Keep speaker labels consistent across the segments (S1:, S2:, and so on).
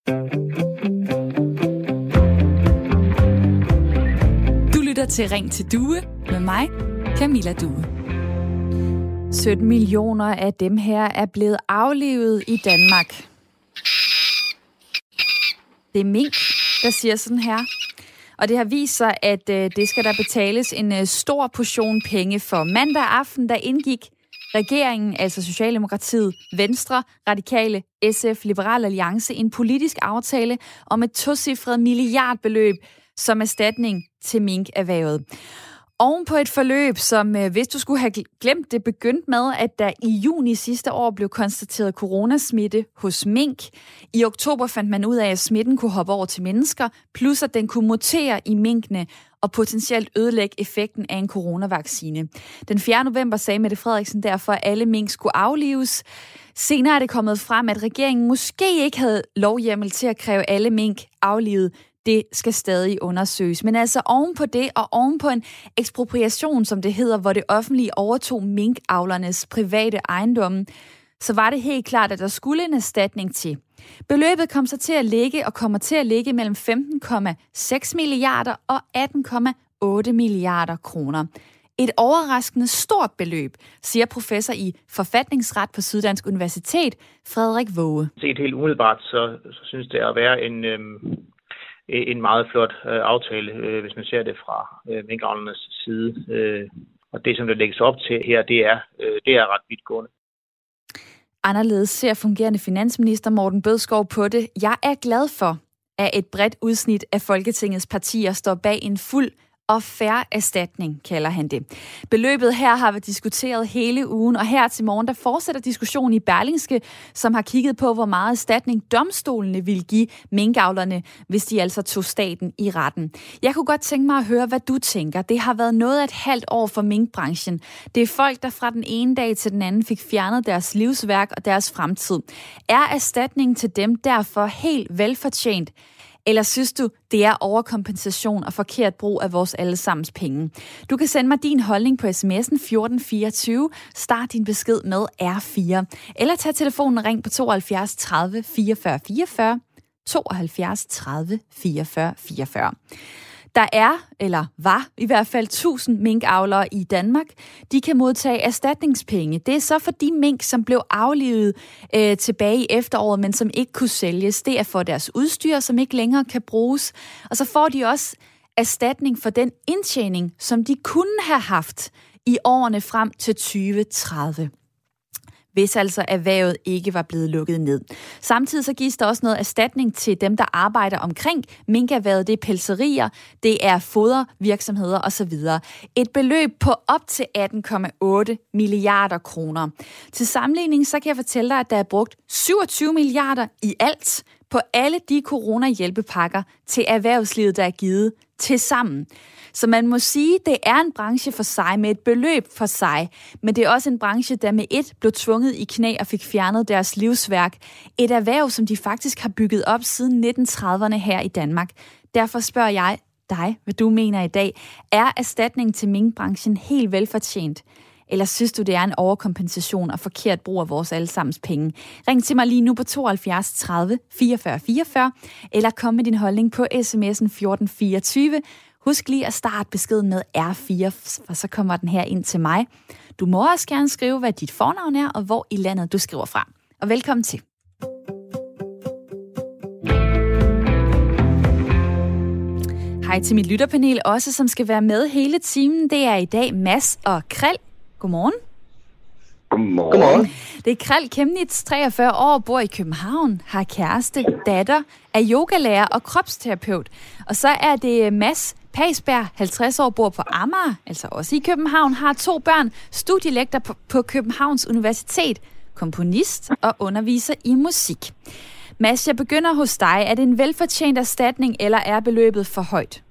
S1: Du lytter til Ring til Due med mig, Camilla Due. 17 millioner af dem her er blevet aflivet i Danmark. Det er mink, der siger sådan her. Og det har vist sig, at det skal der betales en stor portion penge for. Mandag aften, der indgik regeringen, altså Socialdemokratiet, Venstre, Radikale, SF, Liberal Alliance, en politisk aftale om et tocifret milliardbeløb som erstatning til minkerhvervet. Oven på et forløb, som hvis du skulle have glemt det, begyndte med, at der i juni sidste år blev konstateret coronasmitte hos mink. I oktober fandt man ud af, at smitten kunne hoppe over til mennesker, plus at den kunne mutere i minkene og potentielt ødelægge effekten af en coronavaccine. Den 4. november sagde Mette Frederiksen derfor, at alle mink skulle aflives. Senere er det kommet frem, at regeringen måske ikke havde lovhjemmel til at kræve alle mink aflivet. Det skal stadig undersøges. Men altså oven på det, og oven på en ekspropriation, som det hedder, hvor det offentlige overtog minkavlernes private ejendomme, så var det helt klart, at der skulle en erstatning til. Beløbet kom så til at ligge og kommer til at ligge mellem 15,6 milliarder og 18,8 milliarder kroner. Et overraskende stort beløb, siger professor i forfatningsret på Syddansk Universitet, Frederik Waage.
S2: Set helt umiddelbart, så synes det at være en meget flot aftale, hvis man ser det fra minkavlernes side. Og det, som der lægges op til her, det er ret vidtgående.
S1: Anderledes ser fungerende finansminister Morten Bødskov på det. Jeg er glad for, at et bredt udsnit af Folketingets partier står bag en fuld og fair erstatning, kalder han det. Beløbet her har været diskuteret hele ugen, og her til morgen, der fortsætter diskussionen i Berlingske, som har kigget på, hvor meget erstatning domstolene ville give minkavlerne, hvis de altså tog staten i retten. Jeg kunne godt tænke mig at høre, hvad du tænker. Det har været noget af et halvt år for minkbranchen. Det er folk, der fra den ene dag til den anden fik fjernet deres livsværk og deres fremtid. Er erstatningen til dem derfor helt velfortjent? Eller synes du, det er overkompensation og forkert brug af vores allesammens penge? Du kan sende mig din holdning på sms'en 1424. Start din besked med R4. Eller tag telefonen og ring på 72 30 44 44. 72 30 44 44. Der er, eller var i hvert fald 1000 minkavlere i Danmark. De kan modtage erstatningspenge. Det er så for de mink, som blev aflivet tilbage i efteråret, men som ikke kunne sælges. Det er for deres udstyr, som ikke længere kan bruges. Og så får de også erstatning for den indtjening, som de kunne have haft i årene frem til 2030. Hvis altså erhvervet ikke var blevet lukket ned. Samtidig så gives der også noget erstatning til dem, der arbejder omkring minkerhvervet. Det er pelserier, det er fodervirksomheder osv. Et beløb på op til 18,8 milliarder kroner. Til sammenligning så kan jeg fortælle dig, at der er brugt 27 milliarder i alt på alle de coronahjælpepakker til erhvervslivet, der er givet til sammen. Så man må sige, at det er en branche for sig, med et beløb for sig, men det er også en branche, der med et blev tvunget i knæ og fik fjernet deres livsværk. Et erhverv, som de faktisk har bygget op siden 1930'erne her i Danmark. Derfor spørger jeg dig, hvad du mener i dag. Er erstatningen til minkbranchen helt velfortjent? Eller synes du, det er en overkompensation og forkert brug af vores allesammens penge? Ring til mig lige nu på 72 30 44 44, eller kom med din holdning på sms'en 1424. Husk lige at starte beskeden med R4, for så kommer den her ind til mig. Du må også gerne skrive, hvad dit fornavn er, og hvor i landet du skriver fra. Og velkommen til. Hej til mit lytterpanel også, som skal være med hele timen. Det er i dag Mads og Krald. Godmorgen.
S3: Godmorgen.
S1: Det er Krald Kemnitz, 43 år, bor i København, har kæreste, datter, er yogalærer og kropsterapeut. Og så er det Mads Pagsberg, 50 år, bor på Amager, altså også i København, har 2 børn, studielektor på Københavns Universitet, komponist og underviser i musik. Mads, jeg begynder hos dig. Er det en velfortjent erstatning, eller er beløbet for højt?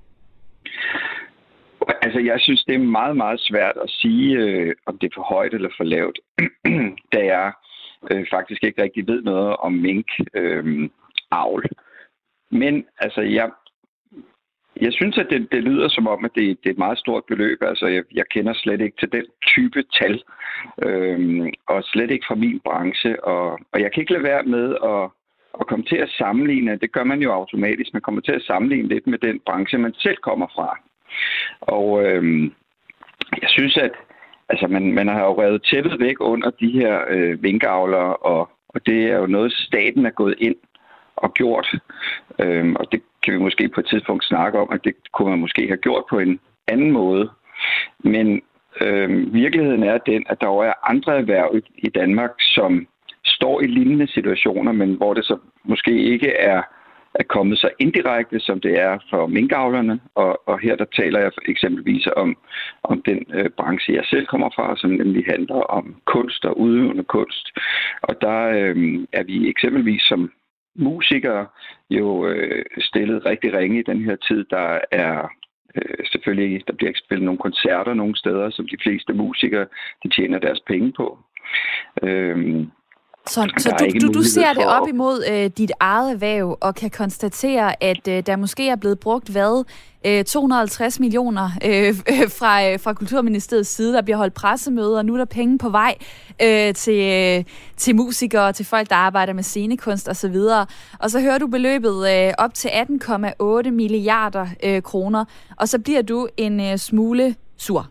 S3: Altså, jeg synes, det er meget, meget svært at sige, om det er for højt eller for lavt, da jeg faktisk ikke rigtig ved noget om mink-avl. Men altså, jeg synes, at det lyder som om, at det er et meget stort beløb. Altså, jeg kender slet ikke til den type tal, og slet ikke fra min branche. Og jeg kan ikke lade være med at komme til at sammenligne, det gør man jo automatisk, man kommer til at sammenligne lidt med den branche, man selv kommer fra. Og jeg synes, at man har jo revet tæppet væk under de her minkavlere, og det er jo noget, staten er gået ind og gjort. Og det kan vi måske på et tidspunkt snakke om, at det kunne man måske have gjort på en anden måde. Men virkeligheden er den, at der er andre erhverv i Danmark, som står i lignende situationer, men hvor det så måske ikke er kommet så indirekte, som det er for minkavlerne. Og her der taler jeg eksempelvis om den branche, jeg selv kommer fra, som nemlig handler om kunst og udøvende kunst. Og der er vi eksempelvis som musikere jo stillet rigtig ringe i den her tid. Der er selvfølgelig, der bliver ikke spillet nogle koncerter nogle steder, som de fleste musikere, de tjener deres penge på.
S1: Så du ser det op imod dit eget erhverv og kan konstatere, at der måske er blevet brugt 250 millioner fra Kulturministeriets side. Der bliver holdt pressemøder, og nu er der penge på vej til musikere, til folk, der arbejder med scenekunst osv. Og så hører du beløbet op til 18,8 milliarder kroner, og så bliver du en smule sur.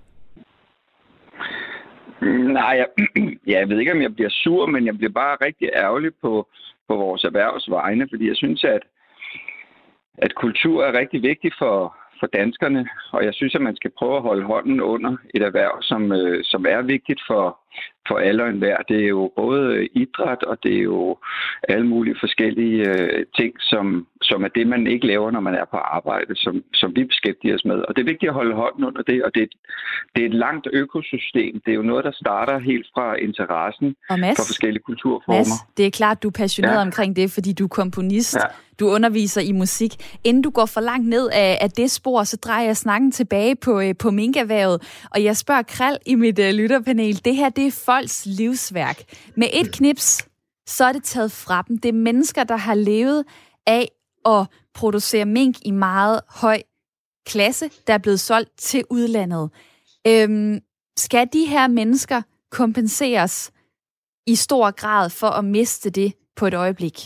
S3: Nej, jeg ved ikke, om jeg bliver sur, men jeg bliver bare rigtig ærgerlig på vores erhvervsvegne, fordi jeg synes, at kultur er rigtig vigtig for danskerne, og jeg synes, at man skal prøve at holde hånden under et erhverv, som er vigtigt for alle og enhver. Det er jo både idræt, og det er jo alle mulige forskellige ting, som er det, man ikke laver, når man er på arbejde, som vi beskæftiger os med. Og det er vigtigt at holde hånden under det, og det er et langt økosystem. Det er jo noget, der starter helt fra interessen for forskellige kulturformer.
S1: Mads, det er klart, du er passioneret omkring det, fordi du er komponist. Ja. Du underviser i musik. Inden du går for langt ned af det spor, så drejer jeg snakken tilbage på minkerhvervet. Og jeg spørger Krald i mit lytterpanel, det her, det er folks livsværk. Med et knips, så er det taget fra dem. Det er mennesker, der har levet af at producere mink i meget høj klasse, der er blevet solgt til udlandet. Skal de her mennesker kompenseres i stor grad for at miste det på et øjeblik?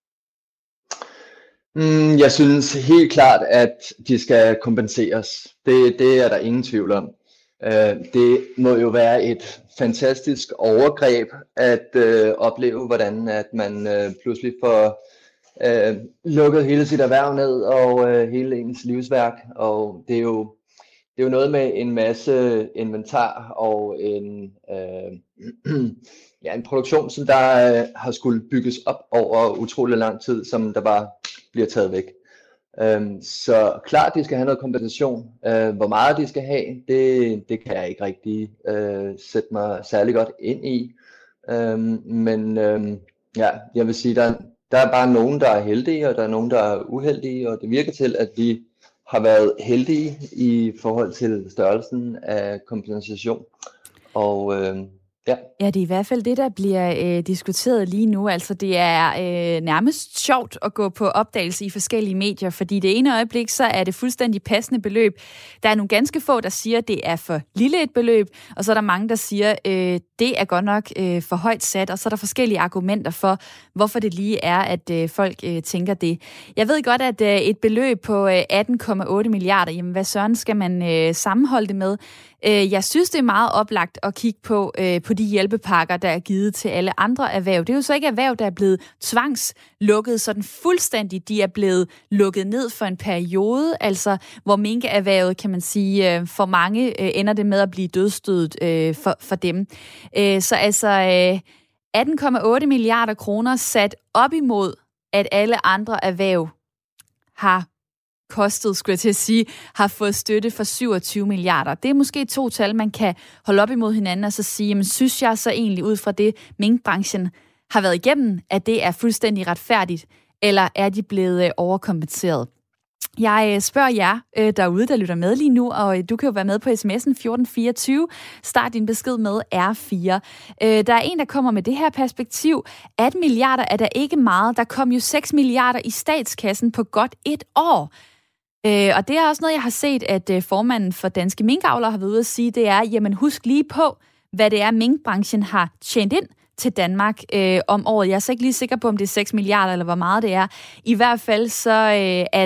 S4: Jeg synes helt klart, at de skal kompenseres. Det er der ingen tvivl om. Det må jo være et fantastisk overgreb at opleve, hvordan at man pludselig får lukket hele sit erhverv ned og hele ens livsværk. Og det er jo noget med en masse inventar og en produktion, som der har skulle bygges op over utrolig lang tid, som der bare bliver taget væk. Så klart, de skal have noget kompensation. Hvor meget de skal have, det kan jeg ikke rigtig sætte mig særlig godt ind i. Men jeg vil sige, der er bare nogen, der er heldige, og der er nogen, der er uheldige, og det virker til, at vi har været heldige i forhold til størrelsen af kompensation. Og ja, det
S1: er i hvert fald det, der bliver diskuteret lige nu. Altså, det er nærmest sjovt at gå på opdagelse i forskellige medier, fordi det ene øjeblik, så er det fuldstændig passende beløb. Der er nogle ganske få, der siger, at det er for lille et beløb, og så er der mange, der siger, det er godt nok for højt sat, og så er der forskellige argumenter for, hvorfor det lige er, at folk tænker det. Jeg ved godt, at et beløb på 18,8 milliarder, jamen hvad søren skal man sammenholde det med? Jeg synes, det er meget oplagt at kigge på de hjælpepakker, der er givet til alle andre erhverv. Det er jo så ikke erhverv, der er blevet tvangslukket sådan fuldstændig. De er blevet lukket ned for en periode, altså hvor minkerhvervet, kan man sige, for mange ender det med at blive dødsstødet for dem. Så altså 18,8 milliarder kroner sat op imod, at alle andre erhverv har kostet, skulle jeg til at sige, har fået støtte for 27 milliarder. Det er måske to tal, man kan holde op imod hinanden og så sige, jamen synes jeg så egentlig ud fra det, minkbranchen har været igennem, at det er fuldstændig retfærdigt, eller er de blevet overkompenseret? Jeg spørger jer derude, der lytter med lige nu, og du kan jo være med på sms'en 1424. Start din besked med R4. Der er en, der kommer med det her perspektiv. 18 milliarder er der ikke meget. Der kom jo 6 milliarder i statskassen på godt et år. Og det er også noget, jeg har set, at formanden for Danske Minkavlere har været ude at sige, det er, jamen husk lige på, hvad det er, minkbranchen har tjent ind til Danmark om året. Jeg er så ikke lige sikker på, om det er 6 milliarder, eller hvor meget det er. I hvert fald så er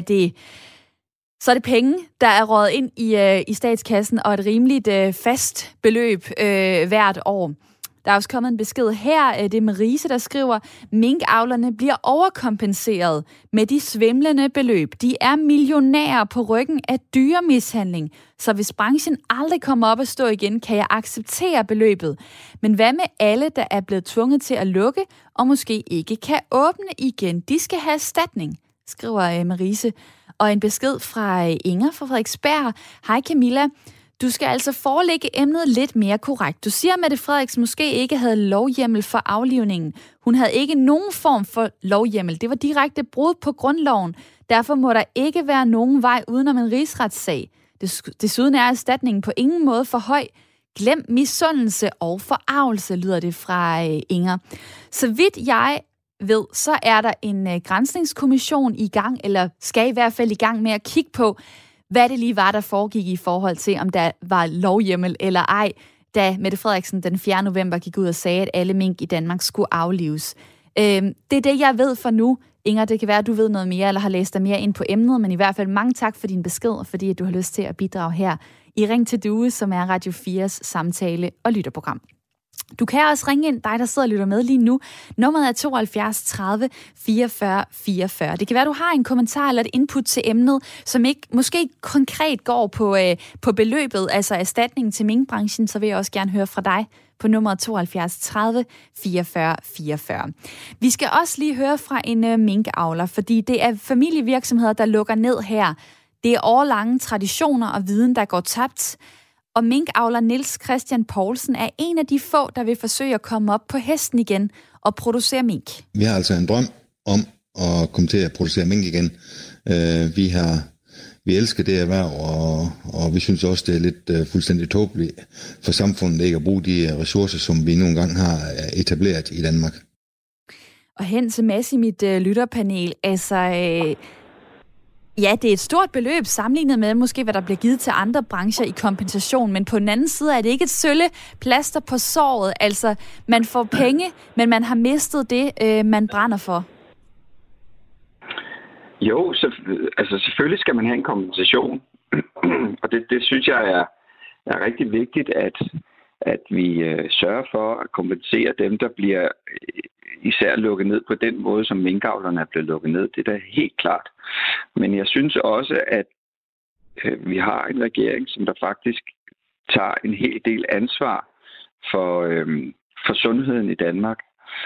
S1: det penge, der er røget ind i statskassen, og et rimeligt fast beløb hvert år. Der er også kommet en besked her, det er Marise, der skriver, minkavlerne bliver overkompenseret med de svimlende beløb. De er millionærer på ryggen af dyremishandling, så hvis branchen aldrig kommer op at stå igen, kan jeg acceptere beløbet. Men hvad med alle, der er blevet tvunget til at lukke, og måske ikke kan åbne igen? De skal have erstatning, skriver Marise. Og en besked fra Inger fra Frederiksberg. Hej Camilla. Du skal altså forelægge emnet lidt mere korrekt. Du siger, at Mette Frederiksen måske ikke havde lovhjemmel for aflivningen. Hun havde ikke nogen form for lovhjemmel. Det var direkte brud på grundloven. Derfor må der ikke være nogen vej udenom en rigsretssag. Desuden er erstatningen på ingen måde for høj. Glem misundelse og forarvelse, lyder det fra Inger. Så vidt jeg ved, så er der en granskningskommission i gang, eller skal i hvert fald i gang med at kigge på, hvad det lige var, der foregik i forhold til, om der var lovhjemmel eller ej, da Mette Frederiksen den 4. november gik ud og sagde, at alle mink i Danmark skulle aflives. Det er det, jeg ved for nu. Inger, det kan være, at du ved noget mere, eller har læst dig mere ind på emnet, men i hvert fald mange tak for din besked, og fordi at du har lyst til at bidrage her i Ring til Due, som er Radio 4's samtale- og lytterprogram. Du kan også ringe ind, dig der sidder og lytter med lige nu. Nummeret er 72 30 44 44. Det kan være, du har en kommentar eller et input til emnet, som ikke måske konkret går på beløbet, altså erstatningen til minkbranchen, så vil jeg også gerne høre fra dig på nummeret 72 30 44 44. Vi skal også lige høre fra en minkavler, fordi det er familievirksomheder, der lukker ned her. Det er årlange traditioner og viden, der går tabt. Og minkavler Niels Christian Poulsen er en af de få, der vil forsøge at komme op på hesten igen og producere mink.
S5: Vi har altså en drøm om at komme til at producere mink igen. Vi elsker det erhverv, og vi synes også, det er lidt fuldstændig tåbeligt for samfundet ikke at bruge de ressourcer, som vi nogle gange har etableret i Danmark.
S1: Og hen til Mads i mit lytterpanel, altså... Ja, det er et stort beløb sammenlignet med måske, hvad der bliver givet til andre brancher i kompensation, men på den anden side er det ikke et sølle plaster på såret. Altså, man får penge, men man har mistet det, man brænder for.
S3: Jo, selvfølgelig skal man have en kompensation, og det synes jeg er rigtig vigtigt, at vi sørger for at kompensere dem, der bliver især lukket ned på den måde, som minkavlerne er blevet lukket ned. Det er da helt klart. Men jeg synes også, at vi har en regering, som der faktisk tager en hel del ansvar for sundheden i Danmark.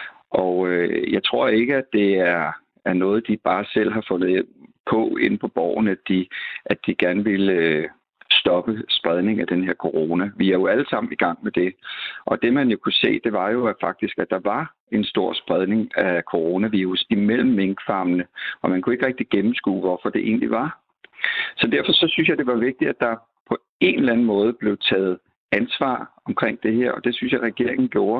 S3: Og jeg tror ikke, at det er noget, de bare selv har fundet på inde på borgen, at de gerne vil stoppe spredning af den her corona. Vi er jo alle sammen i gang med det. Og det, man jo kunne se, det var jo at faktisk, at der var en stor spredning af coronavirus imellem minkfarmene, og man kunne ikke rigtig gennemskue, hvorfor det egentlig var. Så derfor så synes jeg, det var vigtigt, at der på en eller anden måde blev taget ansvar omkring det her, og det synes jeg, regeringen gjorde.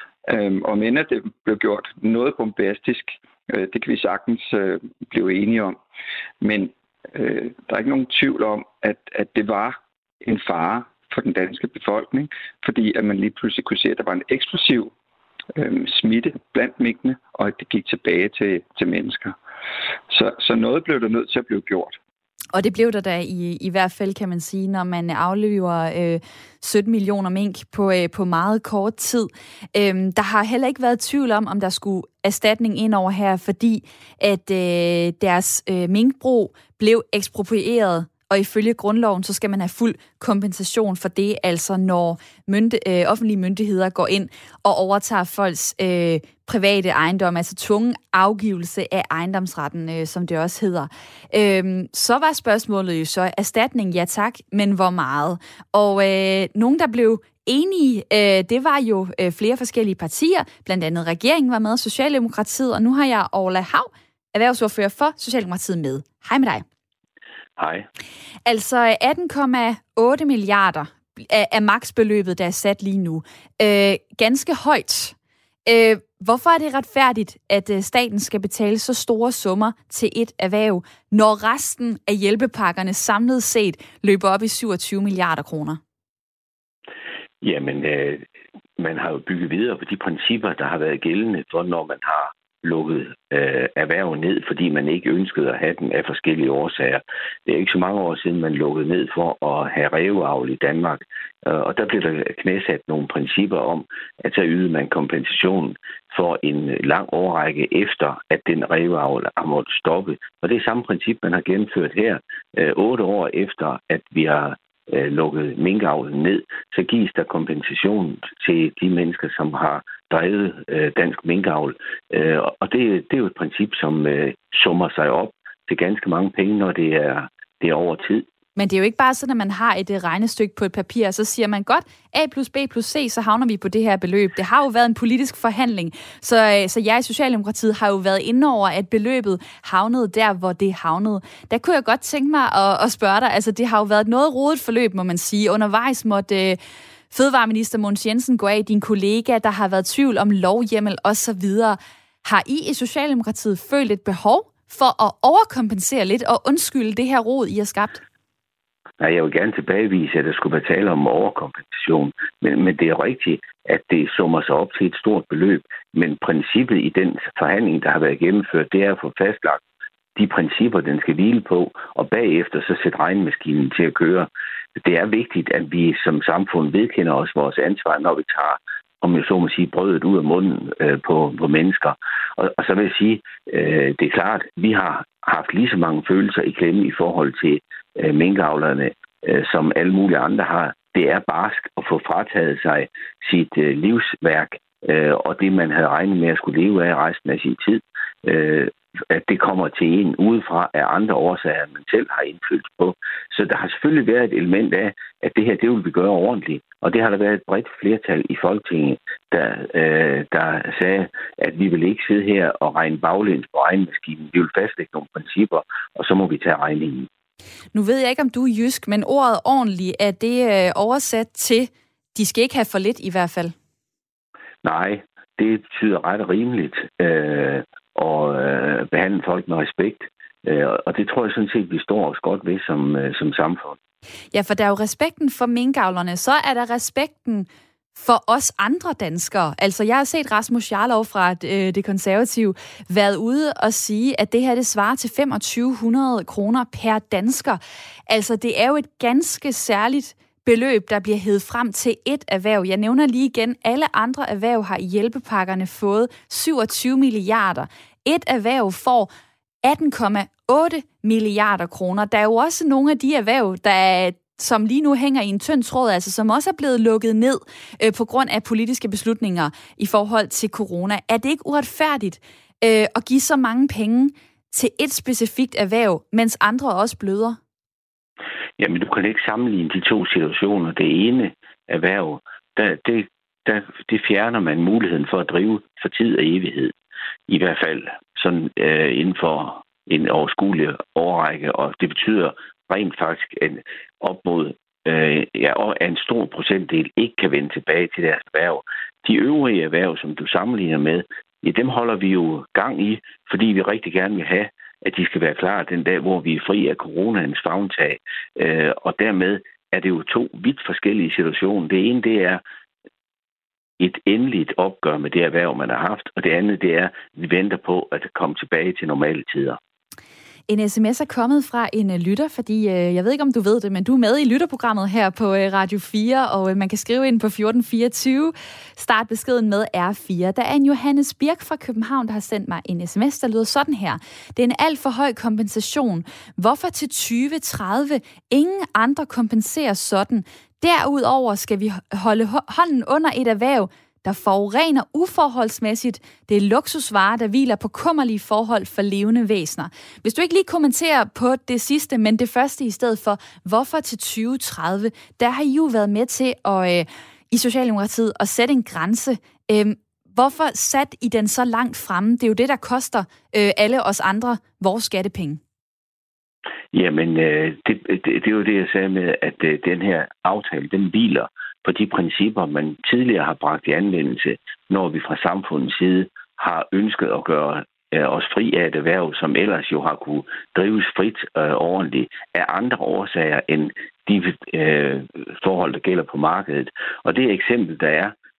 S3: Og men at det blev gjort noget bombastisk, det kan vi sagtens blive enige om. Men der er ikke nogen tvivl om, at det var en fare for den danske befolkning, fordi at man lige pludselig kunne se, at der var en eksplosiv smitte blandt minkene, og at det gik tilbage til mennesker. Så noget blev der nødt til at blive gjort.
S1: Og det blev der da i hvert fald, kan man sige, når man aflever 17 millioner mink på meget kort tid. Der har heller ikke været tvivl om der skulle erstatning ind over her, fordi at deres minkbrug blev eksproprieret. Og ifølge grundloven, så skal man have fuld kompensation for det, altså når offentlige myndigheder går ind og overtager folks private ejendom, altså tvungen afgivelse af ejendomsretten, som det også hedder. Så var spørgsmålet jo så, erstatning, ja tak, men hvor meget? Og nogen, der blev enige, det var jo flere forskellige partier, blandt andet regeringen var med, Socialdemokratiet, og nu har jeg Orla Hav, erhvervsordfører for Socialdemokratiet med. Hej med dig.
S6: Hej.
S1: Altså 18,8 milliarder er maksbeløbet, der er sat lige nu. Ganske højt. Hvorfor er det retfærdigt, at staten skal betale så store summer til et erhverv, når resten af hjælpepakkerne samlet set løber op i 27 milliarder kroner?
S6: Jamen, man har jo bygget videre på de principper, der har været gældende for, når man har lukket erhverv ned, fordi man ikke ønskede at have den af forskellige årsager. Det er ikke så mange år siden, man lukkede ned for at have ræveavl i Danmark. Og der blev der knæsat nogle principper om, at så ydede man kompensation for en lang årrække efter, at den ræveavl har måttet stoppe. Og det er samme princip, man har gennemført her. 8 år efter, at vi har lukket minkavlen ned, så gives der kompensation til de mennesker, som har drevet dansk minkavl. Og det er jo et princip, som summer sig op til ganske mange penge, når det er over tid.
S1: Men det er jo ikke bare sådan, at man har et regnestykke på et papir, og så siger man godt, A plus B plus C, så havner vi på det her beløb. Det har jo været en politisk forhandling, så jeg i Socialdemokratiet har jo været inde over, at beløbet havnede der, hvor det havnede. Der kunne jeg godt tænke mig at spørge dig, altså det har jo været et noget rodet forløb, må man sige. Undervejs måtte fødevareminister Mogens Jensen gå af, din kollega, der har været tvivl om lovhjemmel osv. Har I Socialdemokratiet følt et behov for at overkompensere lidt og undskylde det her rod, I har skabt?
S6: Nej, jeg vil gerne tilbagevise, at der skulle være tale om overkompensation. Men det er rigtigt, at det summer sig op til et stort beløb. Men princippet i den forhandling, der har været gennemført, det er at få fastlagt de principper, den skal hvile på, og bagefter så sætte regnemaskinen til at køre. Det er vigtigt, at vi som samfund vedkender os vores ansvar, når vi tager, om jeg så må sige, brødet ud af munden på mennesker. Og så vil jeg sige, det er klart, vi har haft lige så mange følelser i klemme i forhold til minkavlerne, som alle mulige andre har. Det er barsk at få frataget sig sit livsværk, og det, man havde regnet med at skulle leve af resten af sin tid, at det kommer til en udefra af andre årsager, man selv har indflydelse på. Så der har selvfølgelig været et element af, at det her, det vil vi gøre ordentligt. Og det har der været et bredt flertal i Folketinget, der sagde, at vi vil ikke sidde her og regne baglæns på regnemaskinen. Vi vil fastlægge nogle principper, og så må vi tage regningen.
S1: Nu ved jeg ikke, om du er jysk, men ordet ordentligt, er det oversat til, de skal ikke have for lidt i hvert fald? Nej,
S6: det betyder ret og rimeligt og behandle folk med respekt. Og det tror jeg sådan set, vi står os godt ved som samfund.
S1: Ja, for der er jo respekten for minkavlerne, så er der respekten for os andre danskere. Altså, jeg har set Rasmus Jarlov fra Det Konservative været ude og sige, at det her, det svarer til 2500 kroner per dansker. Altså, det er jo et ganske særligt beløb, der bliver hævet frem til et erhverv. Jeg nævner lige igen, alle andre erhverv har i hjælpepakkerne fået 27 milliarder. Et erhverv får 18,8 milliarder kroner. Der er jo også nogle af de erhverv, som lige nu hænger i en tynd tråd, altså som også er blevet lukket ned på grund af politiske beslutninger i forhold til corona. Er det ikke uretfærdigt at give så mange penge til et specifikt erhverv, mens andre også bløder?
S6: Jamen, du kan ikke sammenligne de to situationer. Det ene erhverv, det fjerner man muligheden for at drive for tid og evighed. I hvert fald sådan inden for en overskuelig årrække, og det betyder rent faktisk, at op mod en stor procentdel ikke kan vende tilbage til deres erhverv. De øvrige erhverv, som du sammenligner med, ja, dem holder vi jo gang i, fordi vi rigtig gerne vil have, at de skal være klar den dag, hvor vi er fri af coronaens favntag. Og dermed er det jo to vidt forskellige situationer. Det ene, det er et endeligt opgør med det erhverv, man har haft, og det andet, det er, at vi venter på at komme tilbage til normale tider.
S1: En sms er kommet fra en lytter, fordi jeg ved ikke, om du ved det, men du er med i lytterprogrammet her på Radio 4, og man kan skrive ind på 1424. Start beskeden med R4. Der er en Johannes Birk fra København, der har sendt mig en sms, der lyder sådan her. Det er en alt for høj kompensation. Hvorfor til 2030? Ingen andre kompenserer sådan. Derudover skal vi holde hånden under et erhverv, der forurener uforholdsmæssigt. Det er luksusvarer, der hviler på kummerlige forhold for levende væsener. Hvis du ikke lige kommenterer på det sidste, men det første i stedet for, hvorfor til 2030, der har I jo været med til i Socialdemokratiet at sætte en grænse. Hvorfor sat I den så langt fremme? Det er jo det, der koster alle os andre vores skattepenge.
S6: Jamen, det er jo det, jeg sagde med, at den her aftale, den hviler på de principper, man tidligere har bragt i anvendelse, når vi fra samfundets side har ønsket at gøre os fri af et erhverv, som ellers jo har kunne drives frit ordentligt af andre årsager end de forhold, der gælder på markedet. Og det eksempel, der er,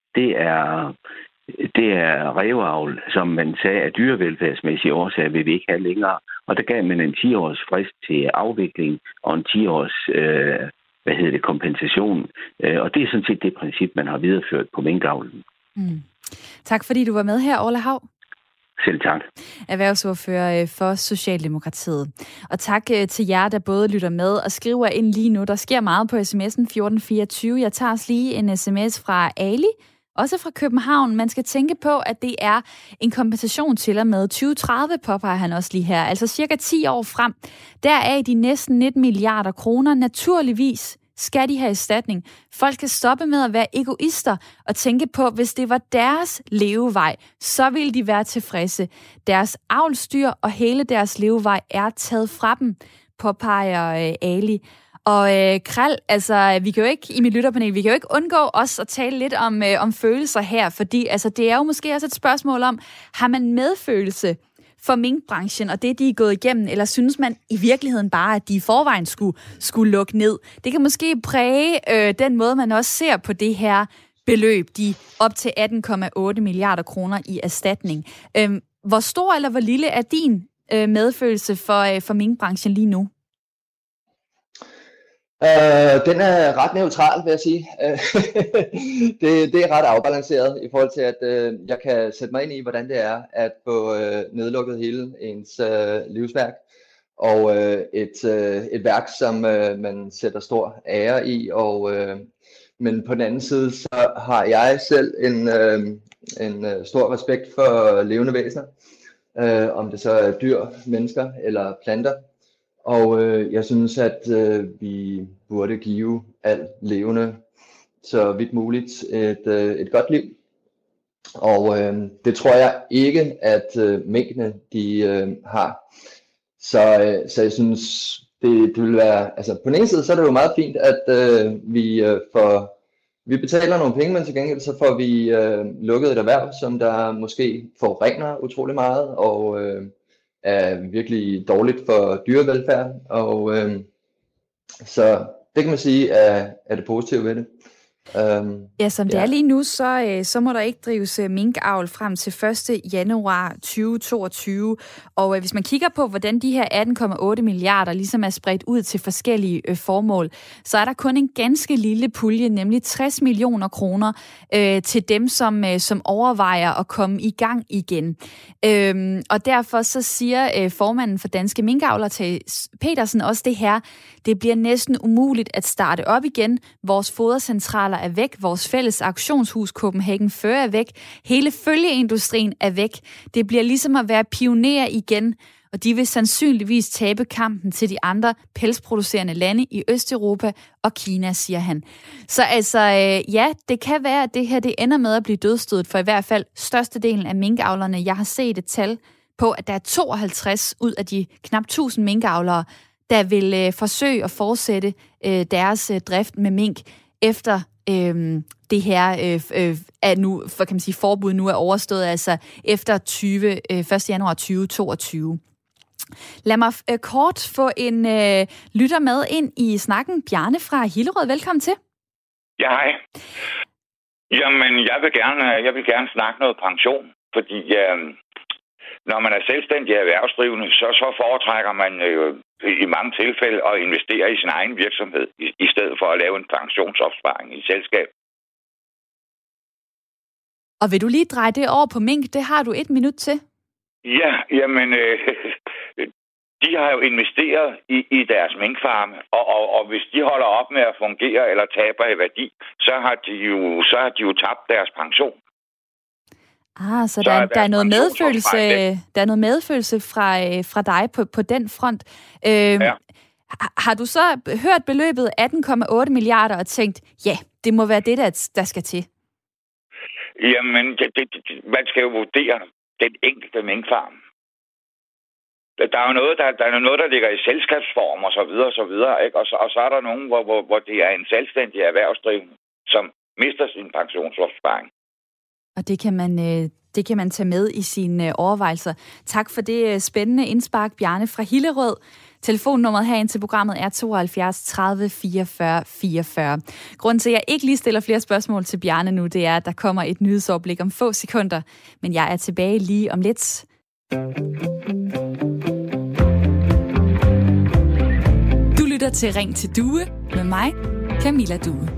S6: det er ræveavl, som man sagde af dyrevelfærdsmæssige årsager vil vi ikke have længere. Og der gav man en 10-års frist til afvikling og en 10-års kompensation. Og det er sådan set det princip, man har videreført på minkavlen.
S1: Mm. Tak fordi du var med her, Orla Hav.
S6: Selv tak.
S1: Erhvervsordfører for Socialdemokratiet. Og tak til jer, der både lytter med og skriver ind lige nu. Der sker meget på sms'en 1424. Jeg tager også lige en sms fra Ali, også fra København. Man skal tænke på, at det er en kompensation til og med 2030, påpeger han også lige her. Altså cirka 10 år frem. Deraf de næsten 19 milliarder kroner. Naturligvis skal de have erstatning. Folk skal stoppe med at være egoister og tænke på, hvis det var deres levevej, så ville de være tilfredse. Deres avlsdyr og hele deres levevej er taget fra dem, påpeger Ali. Og Krald, altså vi kan jo ikke i mit lytterpanel, vi kan jo ikke undgå os at tale lidt om følelser her, fordi altså det er jo måske også et spørgsmål om, har man medfølelse for minkbranchen og det, de er gået igennem, eller synes man i virkeligheden bare, at de i forvejen skulle lukke ned? Det kan måske præge den måde, man også ser på det her beløb, de op til 18,8 milliarder kroner i erstatning. Hvor stor eller hvor lille er din medfølelse for minkbranchen lige nu?
S4: Den er ret neutral, vil jeg sige. det er ret afbalanceret i forhold til, at jeg kan sætte mig ind i, hvordan det er at få nedlukket hele ens livsværk. Og et værk, som man sætter stor ære i. Men på den anden side, så har jeg selv en stor respekt for levende væsener. Om det så er dyr, mennesker eller planter. Og jeg synes, at vi burde give alt levende så vidt muligt et godt liv. Og det tror jeg ikke, at minkene de har. Så jeg synes, det vil være... Altså på den ene side, så er det jo meget fint, at vi betaler nogle penge, men til gengæld så får vi lukket et erhverv, som der måske forurener utrolig meget, og er virkelig dårligt for dyrevelfærd, og så det kan man sige er det positive ved det.
S1: Ja, som det er lige nu, så må der ikke drives minkavl frem til 1. januar 2022. Og hvis man kigger på, hvordan de her 18,8 milliarder ligesom er spredt ud til forskellige formål, så er der kun en ganske lille pulje, nemlig 60 millioner kroner til dem, som overvejer at komme i gang igen. Og derfor så siger formanden for Danske Minkavlere, Theis Petersen, også det her: det bliver næsten umuligt at starte op igen. Vores fodercentraler er væk. Vores fælles auktionshus Copenhagen Fur er væk. Hele følgeindustrien er væk. Det bliver ligesom at være pionerer igen, og de vil sandsynligvis tabe kampen til de andre pelsproducerende lande i Østeuropa og Kina, siger han. Så altså, ja, det kan være, at det her det ender med at blive dødsstødet for i hvert fald størstedelen af minkavlerne. Jeg har set et tal på, at der er 52 ud af de knap 1000 minkavlere, der vil forsøge at fortsætte deres drift med mink efter det her er nu, for kan man sige, forbud nu er overstået, altså efter 1. januar 2022. Lad mig kort få en lytter med ind i snakken. Bjarne fra Hillerød, velkommen til.
S7: Ja, hej. Jamen, jeg vil gerne snakke noget pension, fordi når man er selvstændig erhvervsdrivende, så foretrækker man i mange tilfælde at investere i sin egen virksomhed, i stedet for at lave en pensionsopsparing i selskab.
S1: Og vil du lige dreje det over på mink? Det har du 1 minut til.
S7: Ja, jamen, de har jo investeret i deres minkfarme, og hvis de holder op med at fungere eller taber i værdi, så har de jo tabt deres pension.
S1: Så der er noget medfølelse. Der er noget medfølelse fra dig på den front. Ja. Har du så hørt beløbet 18,8 milliarder og tænkt, ja, det må være det, der skal til?
S7: Jamen, man skal jo vurdere den enkelte minkfarm. Der er jo noget, der ligger i selskabsform og så videre, ikke? Og så er der nogen, hvor det er en selvstændig erhvervsdrivende, som mister sin pensionsopsparing.
S1: Og det det kan man tage med i sine overvejelser. Tak for det spændende indspark, Bjarne fra Hillerød. Telefonnummeret herind til programmet er 72 30 44 44. Grunden til, at jeg ikke lige stiller flere spørgsmål til Bjarne nu, det er, at der kommer et nyhedsoverblik om få sekunder. Men jeg er tilbage lige om lidt. Du lytter til Ring til Due med mig, Camilla Due.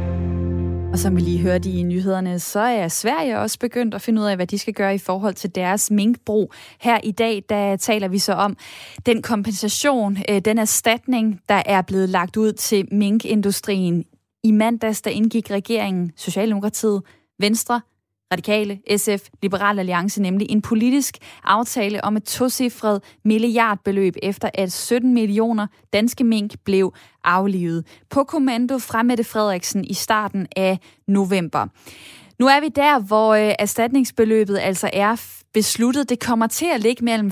S1: Og som vi lige hørte i nyhederne, så er Sverige også begyndt at finde ud af, hvad de skal gøre i forhold til deres minkbrug. Her i dag, der taler vi så om den kompensation, den erstatning, der er blevet lagt ud til minkindustrien. I mandags, der indgik regeringen, Socialdemokratiet, Venstre, Radikale, SF, Liberal Alliance, nemlig en politisk aftale om et tocifret milliardbeløb, efter at 17 millioner danske mink blev aflivet på kommando fra Mette Frederiksen i starten af november. Nu er vi der, hvor erstatningsbeløbet altså er besluttet. Det kommer til at ligge mellem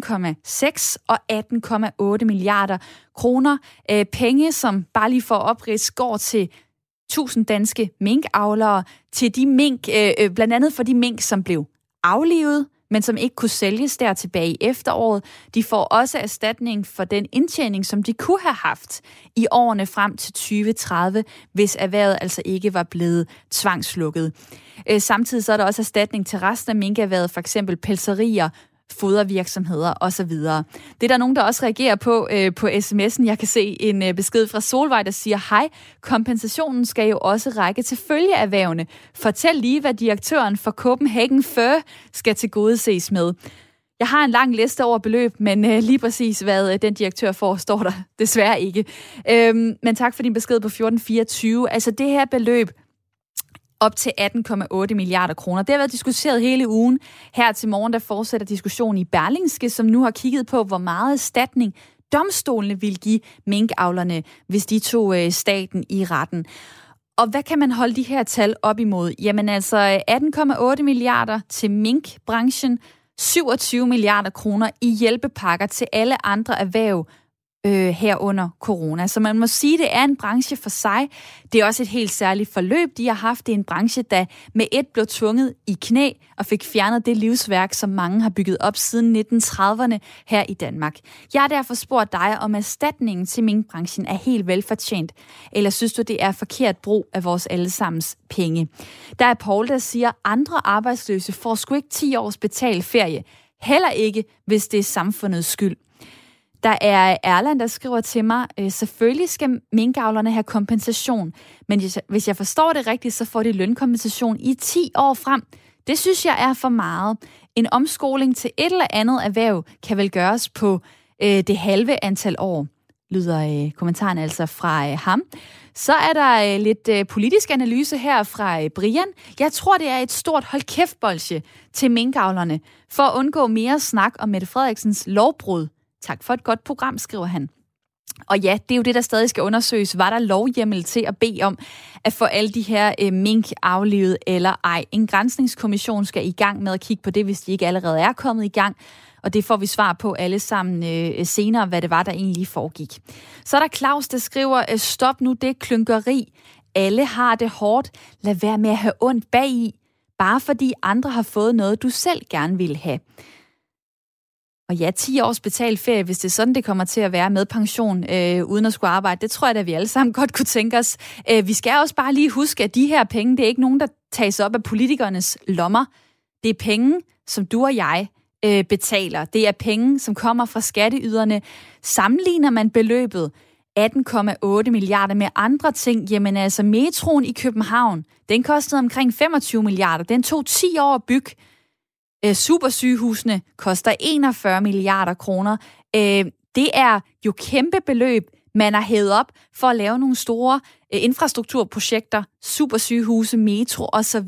S1: 15,6 og 18,8 milliarder kroner. Penge, som bare lige for oprids går til 1000 danske minkavlere, til de mink, blandt andet for de mink, som blev aflivet, men som ikke kunne sælges der tilbage i efteråret. De får også erstatning for den indtjening, som de kunne have haft i årene frem til 2030, hvis erhvervet altså ikke var blevet tvangslukket. Samtidig så er der også erstatning til resten af minkerhvervet, for eksempel pelserier, fodervirksomheder osv. Det er der nogen, der også reagerer på sms'en. Jeg kan se en besked fra Solvej, der siger, hej, kompensationen skal jo også række til følgeerhvervene. Fortæl lige, hvad direktøren for Copenhagen Fur skal tilgodeses med. Jeg har en lang liste over beløb, men lige præcis hvad den direktør får, står der desværre ikke. Men tak for din besked på 1424. Altså det her beløb, op til 18,8 milliarder kroner. Det har været diskuteret hele ugen. Her til morgen, der fortsætter diskussionen i Berlingske, som nu har kigget på, hvor meget erstatning domstolene vil give minkavlerne, hvis de tog staten i retten. Og hvad kan man holde de her tal op imod? Jamen altså 18,8 milliarder til minkbranchen, 27 milliarder kroner i hjælpepakker til alle andre erhverv, herunder corona. Så man må sige, at det er en branche for sig. Det er også et helt særligt forløb, de har haft. Det er en branche, der med et blev tvunget i knæ og fik fjernet det livsværk, som mange har bygget op siden 1930'erne her i Danmark. Jeg har derfor spurgt dig, om erstatningen til minkbranchen er helt velfortjent, eller synes du, det er forkert brug af vores allesammens penge? Der er Paul, der siger, at andre arbejdsløse får sgu ikke 10 års betalt ferie. Heller ikke, hvis det er samfundets skyld. Der er Erland, der skriver til mig, selvfølgelig skal minkavlerne have kompensation, men hvis jeg forstår det rigtigt, så får de lønkompensation i 10 år frem. Det synes jeg er for meget. En omskoling til et eller andet erhverv kan vel gøres på det halve antal år, lyder kommentaren altså fra ham. Så er der lidt politisk analyse her fra Brian. Jeg tror, det er et stort hold kæft-bolsje til minkavlerne for at undgå mere snak om Mette Frederiksens lovbrud. Tak for et godt program, skriver han. Og ja, det er jo det, der stadig skal undersøges. Var der lovhjemmel til at bede om at få alle de her mink aflivet eller ej? En granskningskommission skal i gang med at kigge på det, hvis de ikke allerede er kommet i gang. Og det får vi svar på alle sammen senere, hvad det var, der egentlig foregik. Så er der Claus, der skriver, stop nu det klynkeri. Alle har det hårdt. Lad være med at have ondt bagi, bare fordi andre har fået noget, du selv gerne vil have. Og ja, 10 års betalt ferie, hvis det er sådan, det kommer til at være med pension, uden at skulle arbejde, det tror jeg da, vi alle sammen godt kunne tænke os. Vi skal også bare lige huske, at de her penge, det er ikke nogen, der tages op af politikernes lommer. Det er penge, som du og jeg betaler. Det er penge, som kommer fra skatteyderne. Sammenligner man beløbet 18,8 milliarder med andre ting, jamen altså metroen i København, den kostede omkring 25 milliarder. Den tog 10 år at bygge. Supersygehusene koster 41 milliarder kroner. Det er jo kæmpe beløb, man har hævet op for at lave nogle store infrastrukturprojekter, supersygehuse, metro osv.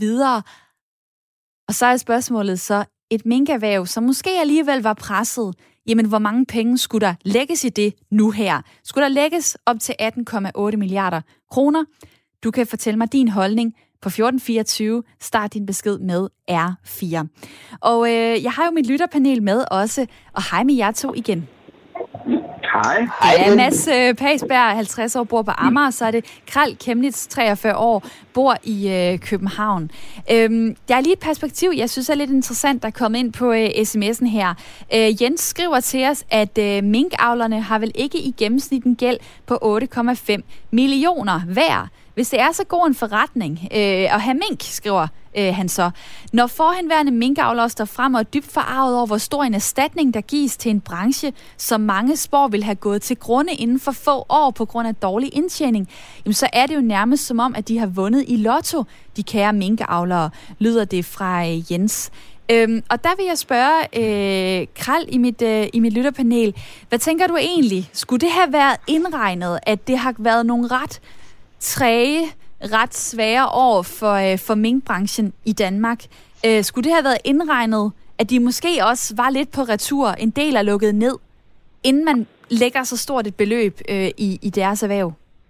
S1: Og så er spørgsmålet så, et minkerhverv, som måske alligevel var presset, jamen hvor mange penge skulle der lægges i det nu her? Skulle der lægges op til 18,8 milliarder kroner? Du kan fortælle mig din holdning på 1424. Start din besked med R4. Og jeg har jo mit lytterpanel med også, og hej med jer to igen.
S3: Hej.
S1: Det er Mads Pagsberg, 50 år, bor på Amager, så er det Kral Kemnitz, 43 år, bor i København. Der er lige et perspektiv, jeg synes er lidt interessant, der er kommet ind på sms'en her. Jens skriver til os, at minkavlerne har vel ikke i gennemsnit en gæld på 8,5 millioner hver. Hvis det er så god en forretning at have mink, skriver han så. Når forhenværende minkavlere står frem og er dybt forarvet over, hvor stor en erstatning, der gives til en branche, som mange spår vil have gået til grunde inden for få år på grund af dårlig indtjening, jamen så er det jo nærmest som om, at de har vundet i lotto, de kære minkavlere, lyder det fra Jens. Og der vil jeg spørge Kral i mit lytterpanel, hvad tænker du egentlig? Skulle det have været indregnet, at det har været nogle ret træge, ret svære år for minkbranchen i Danmark? Skulle det have været indregnet, at de måske også var lidt på retur, en del er lukket ned, inden man lægger så stort et beløb i deres erhverv?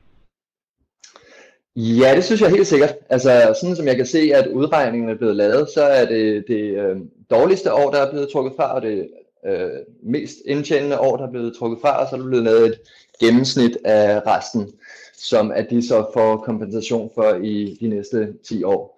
S4: Ja, det synes jeg helt sikkert. Altså, sådan som jeg kan se, at udregningen er blevet lavet, så er det dårligste år, der er blevet trukket fra, og det mest indtjenende år, der er blevet trukket fra, og så er der blevet lavet et gennemsnit af resten, som at de så får kompensation for i de næste 10 år.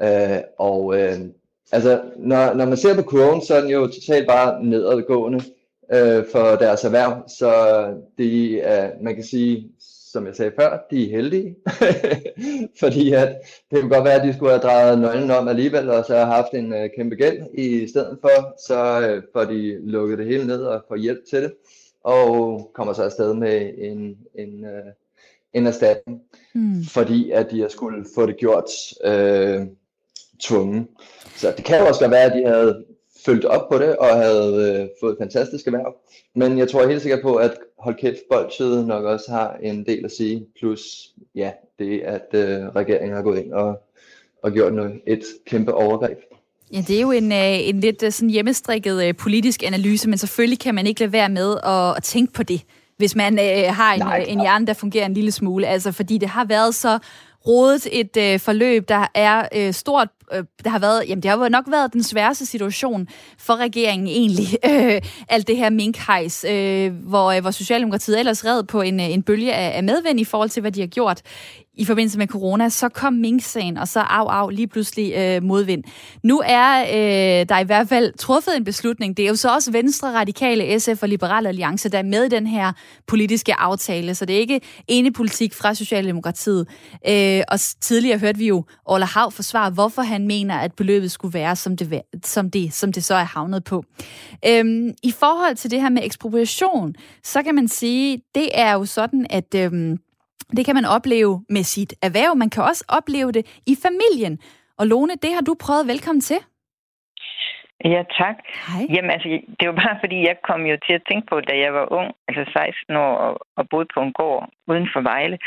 S4: Altså, når man ser på kurven, så er den jo totalt bare nedadgående for deres erhverv, så det er, man kan sige, som jeg sagde før, de er heldige, fordi at det kan godt være, at de skulle have drejet nøglen om alligevel, og så have haft en kæmpe gæld i stedet for, så får de lukket det hele ned og får hjælp til det, og kommer så afsted med en erstatning, fordi at de har skulle få det gjort tvungen. Så det kan jo også være, at de havde følgt op på det og havde fået fantastiske erhverv. Men jeg tror helt sikkert på, at hold kæft bolsjet nok også har en del at sige. Plus ja, det at regeringen har gået ind og gjort et kæmpe overgreb.
S1: Ja, det er jo en lidt sådan hjemmestrikket politisk analyse, men selvfølgelig kan man ikke lade være med at tænke på det, hvis man har en hjerne, der fungerer en lille smule. Altså, fordi det har været så rodet et forløb, der er stort. Det har nok været den sværeste situation for regeringen egentlig. Alt det her minkhejs, hvor Socialdemokratiet ellers red på en bølge af medvind i forhold til, hvad de har gjort i forbindelse med corona. Så kom minksagen, og så lige pludselig modvind. Nu er der i hvert fald truffet en beslutning. Det er jo så også Venstre, Radikale, SF og Liberal Alliance, der er med i den her politiske aftale. Så det er ikke enig politik fra Socialdemokratiet. Og tidligere hørte vi jo Orla Hav forsvare, hvorfor han mener, at beløbet skulle være, som det så er havnet på. I forhold til det her med ekspropriation, så kan man sige, det er jo sådan, at det kan man opleve med sit erhverv. Man kan også opleve det i familien. Og Lone, det har du prøvet. Velkommen til.
S8: Ja, tak.
S1: Hej.
S8: Jamen, altså, det var bare fordi, jeg kom jo til at tænke på, da jeg var ung, altså 16 år, og boede på en gård uden for Vejle.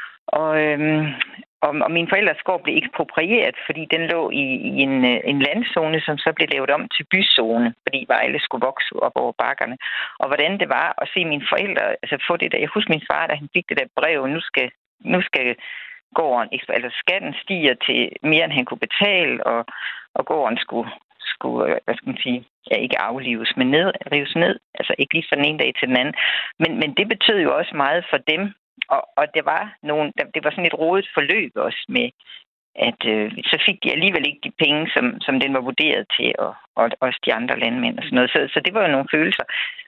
S8: Og mine forældres gård blev eksproprieret, fordi den lå i en landzone, som så blev lavet om til byzone, fordi Vejle skulle vokse op over bakkerne. Og hvordan det var at se mine forældre altså få det der. Jeg husker min far, da han fik det der brev, nu skal gården, altså skatten stiger til mere, end han kunne betale, og gården skulle hvad skal man sige, ja, ikke aflives, men rives ned. Altså ikke lige fra den ene dag til den anden. Men det betød jo også meget for dem. Og det var sådan et rodet forløb også med, at så fik de alligevel ikke de penge, som den var vurderet til, og også de andre landmænd og sådan noget. Så det var jo nogle følelser,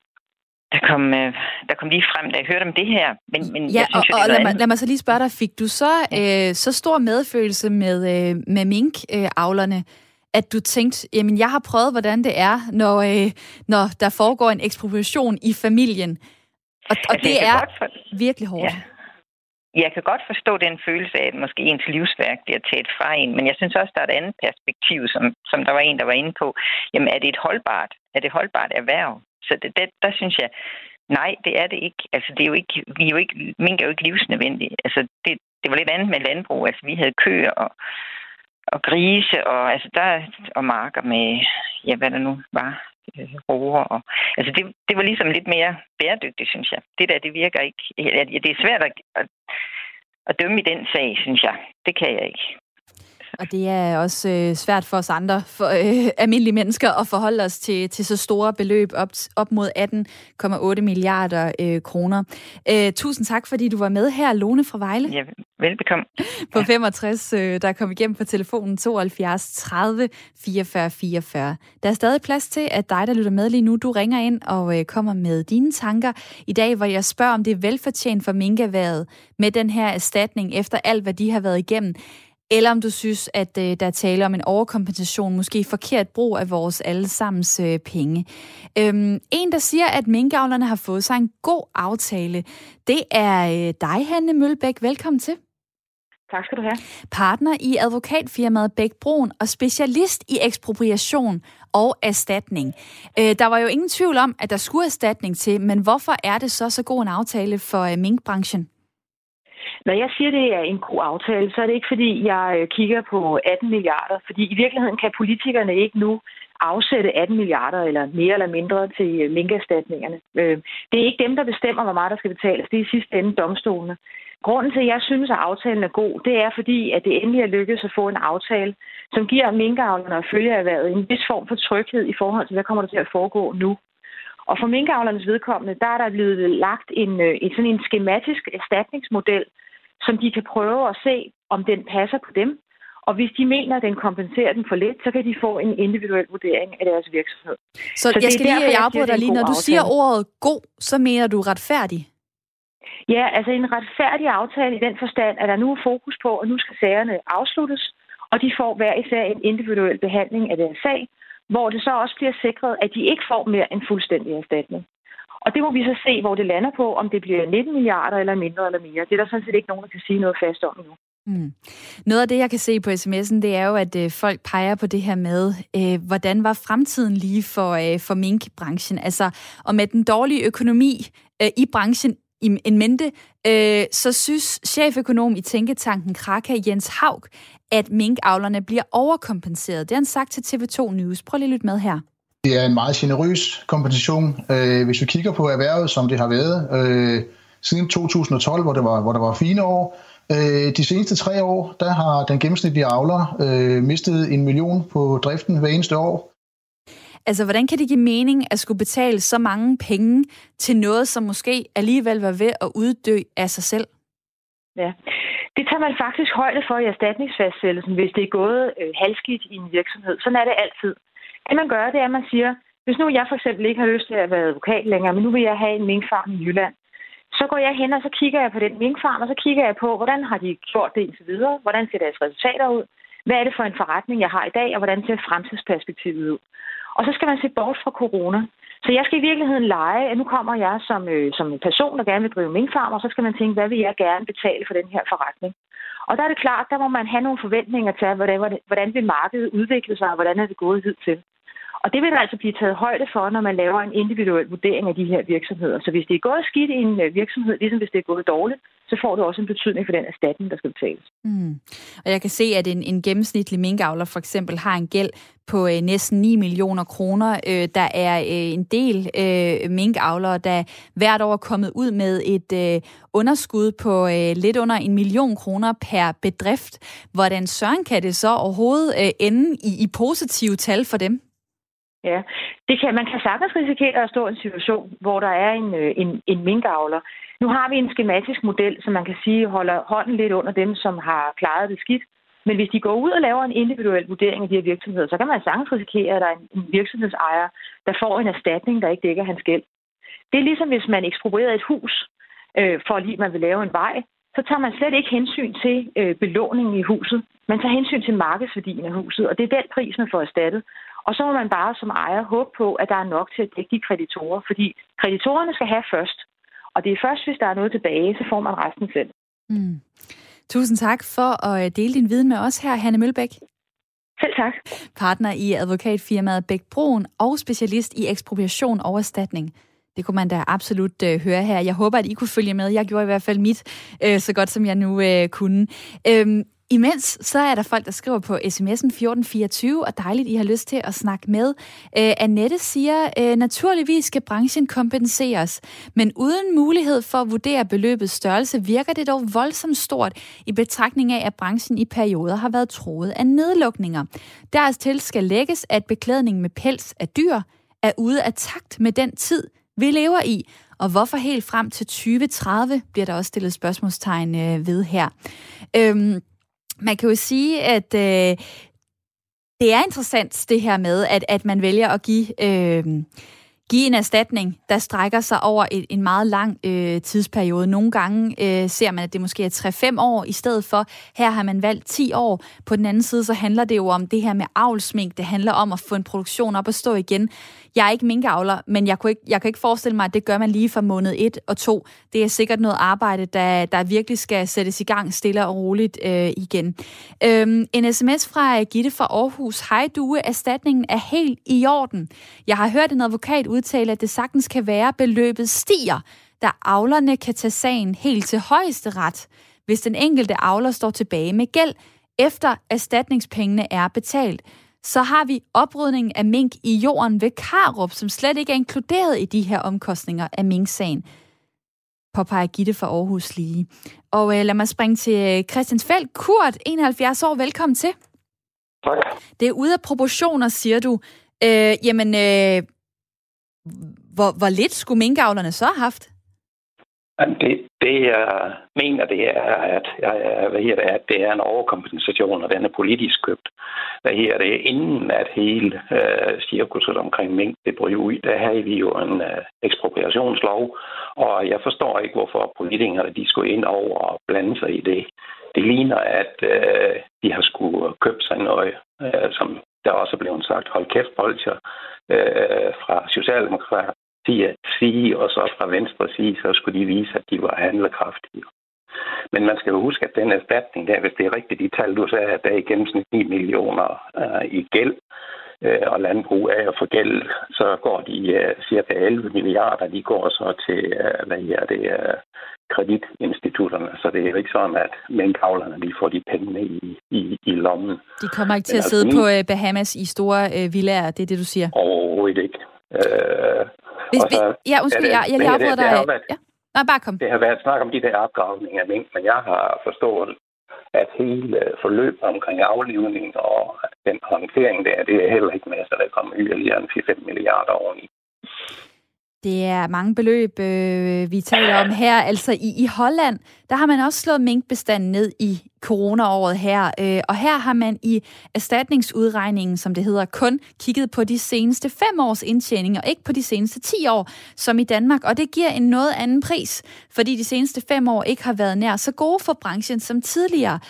S8: der kom lige frem, da jeg hørte om det her. Men
S1: ja,
S8: jeg synes,
S1: og lad mig så lige spørge dig, fik du så stor medfølelse med minkavlerne, at du tænkte, jamen jeg har prøvet, hvordan det er, når der foregår en ekspropriation i familien. Og altså, det er virkelig hårdt. Ja.
S8: Jeg kan godt forstå den følelse af, at måske ens livsværk bliver taget fra en, men jeg synes også, der er et andet perspektiv, som der var en, der var inde på. Jamen, er det holdbart erhverv? Så der synes jeg, nej, det er det ikke. Altså, det er jo ikke, mink er jo ikke livsnødvendigt. Altså, det var lidt andet med landbrug. Altså, vi havde køer og grise, og marker med, ja, hvad der nu var, roer. Altså det var ligesom lidt mere bæredygtigt, synes jeg. Det virker ikke. Det er svært at dømme i den sag, synes jeg. Det kan jeg ikke.
S1: Og det er også svært for os andre, for almindelige mennesker, at forholde os til så store beløb, op mod 18,8 milliarder kroner. Tusind tak, fordi du var med her, Lone fra Vejle.
S8: Ja, velbekomme.
S1: På 65, der kom igennem på telefonen 72 30 44 44. Der er stadig plads til, at dig, der lytter med lige nu, du ringer ind og kommer med dine tanker i dag, hvor jeg spørger, om det er velfortjent for minkerhvervet med den her erstatning efter alt, hvad de har været igennem, eller om du synes, at der er tale om en overkompensation, måske forkert brug af vores allesammens penge. En, der siger, at minkavlerne har fået sig en god aftale, det er dig, Hanne Mølbæk. Velkommen til.
S9: Tak skal du have.
S1: Partner i advokatfirmaet Bech-Bruun og specialist i ekspropriation og erstatning. Der var jo ingen tvivl om, at der skulle erstatning til, men hvorfor er det så god en aftale for minkbranchen?
S9: Når jeg siger, det er en god aftale, så er det ikke, fordi jeg kigger på 18 milliarder. Fordi i virkeligheden kan politikerne ikke nu afsætte 18 milliarder eller mere eller mindre til minkerstatningerne. Det er ikke dem, der bestemmer, hvor meget der skal betales. Det er i sidste ende domstolene. Grunden til, at jeg synes, at aftalen er god, det er fordi, at det endelig er lykkedes at få en aftale, som giver minkavlerne og følgeerhvervet en vis form for tryghed i forhold til, hvad kommer der til at foregå nu. Og for minkavlernes vedkommende, der er der blevet lagt sådan en skematisk erstatningsmodel, som de kan prøve at se, om den passer på dem. Og hvis de mener, at den kompenserer dem for lidt, så kan de få en individuel vurdering af deres virksomhed.
S1: Så jeg skal lige afbryde dig lige. Når du siger ordet god, så mener du retfærdig?
S9: Ja, altså en retfærdig aftale i den forstand, at der nu er fokus på, at nu skal sagerne afsluttes, og de får hver især en individuel behandling af deres sag, hvor det så også bliver sikret, at de ikke får mere end fuldstændig erstatning. Og det må vi så se, hvor det lander på, om det bliver 19 milliarder eller mindre eller mere. Det er der sådan set ikke nogen, der kan sige noget fast om endnu.
S1: Noget af det, jeg kan se på sms'en, det er jo, at folk peger på det her med, hvordan var fremtiden lige for minkbranchen? Altså, og med den dårlige økonomi i branchen en mente, så synes cheføkonom i tænketanken Kraka, Jens Haug, at minkavlerne bliver overkompenseret. Det har han sagt til TV2 News. Prøv lige at lytte med her.
S10: Det er en meget generøs kompensation. Hvis vi kigger på erhvervet, som det har været siden 2012, hvor der var fine år. De seneste 3 år, der har den gennemsnitlige avler mistet 1 million på driften hver eneste år.
S1: Altså, hvordan kan det give mening at skulle betale så mange penge til noget, som måske alligevel var ved at uddø af sig selv?
S9: Ja, det tager man faktisk højde for i erstatningsfastsættelsen, hvis det er gået halvskidt i en virksomhed. Sådan er det altid. Det man gør, det er, at man siger, hvis nu jeg for eksempel ikke har lyst til at være advokat længere, men nu vil jeg have en minkfarm i Jylland, så går jeg hen, og så kigger jeg på den minkfarm, og så kigger jeg på, hvordan har de gjort det indtil videre, hvordan ser deres resultater ud, hvad er det for en forretning, jeg har i dag, og hvordan ser fremtidsperspektivet ud. Og så skal man se bort fra corona. Så jeg skal i virkeligheden lege, at nu kommer jeg som en person, der gerne vil drive minkfarm, og så skal man tænke, hvad vil jeg gerne betale for den her forretning. Og der er det klart, der må man have nogle forventninger til, hvordan vil markedet udvikle sig, og hvordan er det gået hidtil. Og det vil der altså blive taget højde for, når man laver en individuel vurdering af de her virksomheder. Så hvis det er gået skidt i en virksomhed, ligesom hvis det er gået dårligt, så får det også en betydning for den erstatning, der skal betales.
S1: Og jeg kan se, at en gennemsnitlig minkavler for eksempel har en gæld på næsten 9 millioner kroner. Der er en del minkavlere, der hvert år er kommet ud med et underskud på lidt under 1 million kroner per bedrift. Hvordan søren kan det så overhovedet ende i positive tal for dem?
S9: Ja, man kan sagtens risikere at stå i en situation, hvor der er en minkavler. Nu har vi en skematisk model, som man kan sige holder hånden lidt under dem, som har klaret det skidt. Men hvis de går ud og laver en individuel vurdering af de her virksomheder, så kan man sagtens risikere, at der er en virksomhedsejer, der får en erstatning, der ikke dækker hans gæld. Det er ligesom hvis man eksproprierer et hus, fordi man vil lave en vej, så tager man slet ikke hensyn til belåningen i huset. Man tager hensyn til markedsværdien af huset, og det er den pris, man får erstattet. Og så må man bare som ejer håbe på, at der er nok til at dække de kreditorer, fordi kreditorerne skal have først. Og det er først, hvis der er noget tilbage, så får man resten selv.
S1: Tusind tak for at dele din viden med os her, Hanne Mølbæk.
S9: Selv tak.
S1: Partner i advokatfirmaet Bech-Bruun og specialist i ekspropriation og erstatning. Det kunne man da absolut høre her. Jeg håber, at I kunne følge med. Jeg gjorde i hvert fald mit så godt, som jeg nu kunne. Imens så er der folk, der skriver på sms'en 1424, og dejligt, I har lyst til at snakke med. Annette siger, naturligvis skal branchen kompenseres, men uden mulighed for at vurdere beløbets størrelse, virker det dog voldsomt stort i betragtning af, at branchen i perioder har været truet af nedlukninger. Dertil skal lægges, at beklædning med pels af dyr er ude af takt med den tid, vi lever i. Og hvorfor helt frem til 2030, bliver der også stillet spørgsmålstegn ved her. Man kan jo sige, at det er interessant det her med, at man vælger at give en erstatning, der strækker sig over en meget lang tidsperiode. Nogle gange ser man, at det måske er 3-5 år i stedet for. Her har man valgt 10 år. På den anden side, så handler det jo om det her med avlsmink. Det handler om at få en produktion op og stå igen. Jeg er ikke minkavler, men jeg kan ikke forestille mig, at det gør man lige fra måned 1 og 2. Det er sikkert noget arbejde, der virkelig skal sættes i gang stille og roligt igen. En sms fra Gitte fra Aarhus. Hej Due, erstatningen er helt i orden. Jeg har hørt en advokat udtale, at det sagtens kan være, at beløbet stiger, da avlerne kan tage sagen helt til højesteret, hvis den enkelte avler står tilbage med gæld, efter erstatningspengene er betalt. Så har vi oprydningen af mink i jorden ved Karup, som slet ikke er inkluderet i de her omkostninger af minksagen, påpeger Gitte fra Aarhus lige. Og lad mig springe til Christiansfeld. Kurt, 71 år, velkommen til.
S11: Tak.
S1: Det er ude af proportioner, siger du. Hvor lidt skulle minkavlerne så have haft?
S11: Det jeg mener, det er, at det er en overkompensation, og den er politisk købt. Det er inden at hele cirkuset omkring mink, det bryder ud, der havde vi jo en ekspropriationslov, og jeg forstår ikke, hvorfor politikerne de skulle ind over og blande sig i det. Det ligner, at de har skulle købe sig noget, som der også er blevet sagt, hold kæft, bolcher, fra Socialdemokrater sige, og så fra venstre side, så skulle de vise, at de var handlekraftige. Men man skal jo huske, at den erstatning der, hvis det er rigtigt de tal, du sagde, at der er i gennemsnit 9 millioner i gæld, og landbrug er at få gæld, så går de cirka 11 milliarder, de går så til kreditinstitutterne, så det er jo ikke sådan, at minkavlerne de får de penge i lommen.
S1: De kommer ikke til at sidde på Bahamas i store villaer, det er det, du siger?
S11: Overhovedet ikke.
S1: Jeg afbryder dig. Nej, bare kom.
S11: Det har været snak om de der opgravninger af mink, men jeg har forstået, at hele forløbet omkring aflivning og den håndtering der, det er heller ikke med, så der kommer yderligere end 4-5 milliarder oveni.
S1: Det er mange beløb, vi taler om her. Altså i Holland, der har man også slået minkbestanden ned i coronaåret her. Og her har man i erstatningsudregningen, som det hedder, kun kigget på de seneste 5 års indtjening, og ikke på de seneste 10 år, som i Danmark. Og det giver en noget anden pris, fordi de seneste 5 år ikke har været nær så gode for branchen som tidligere.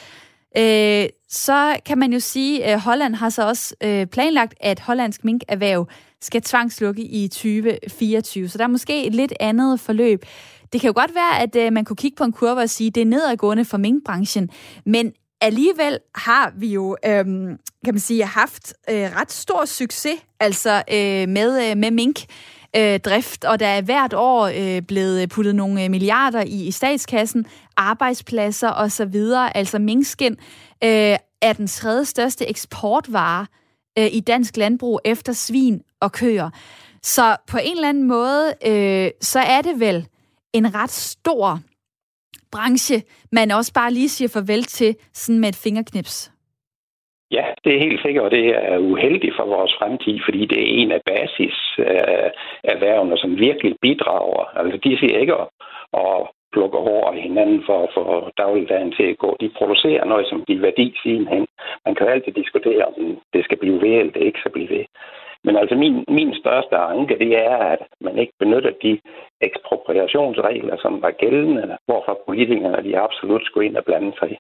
S1: Så kan man jo sige, at Holland har så også planlagt, at hollandsk minkerhverv skal tvangslukke i 2024. Så der er måske et lidt andet forløb. Det kan jo godt være, at man kunne kigge på en kurve og sige, at det er nedadgående for minkbranchen, men alligevel har vi jo, kan man sige, haft ret stor succes altså med minkdrift, og der er hvert år blevet puttet nogle milliarder i statskassen, arbejdspladser osv. Altså minkskind er den tredje største eksportvare i dansk landbrug efter svin og køer. Så på en eller anden måde, så er det vel en ret stor branche, man også bare lige siger farvel til sådan med et fingerknips.
S11: Ja, det er helt sikkert, og det er uheldigt for vores fremtid, fordi det er en af basiserhvervene, som virkelig bidrager. Altså, de siger ikke at plukker hår af hinanden for at få dagligdagen til at gå. De producerer noget, som de værdi sidenhen. Man kan jo altid diskutere, om det skal blive ved, eller det ikke skal blive ved. Men altså min største anke, det er, at man ikke benytter de ekspropriationsregler, som var gældende, hvorfor politikerne de absolut skulle ind og blande sig i.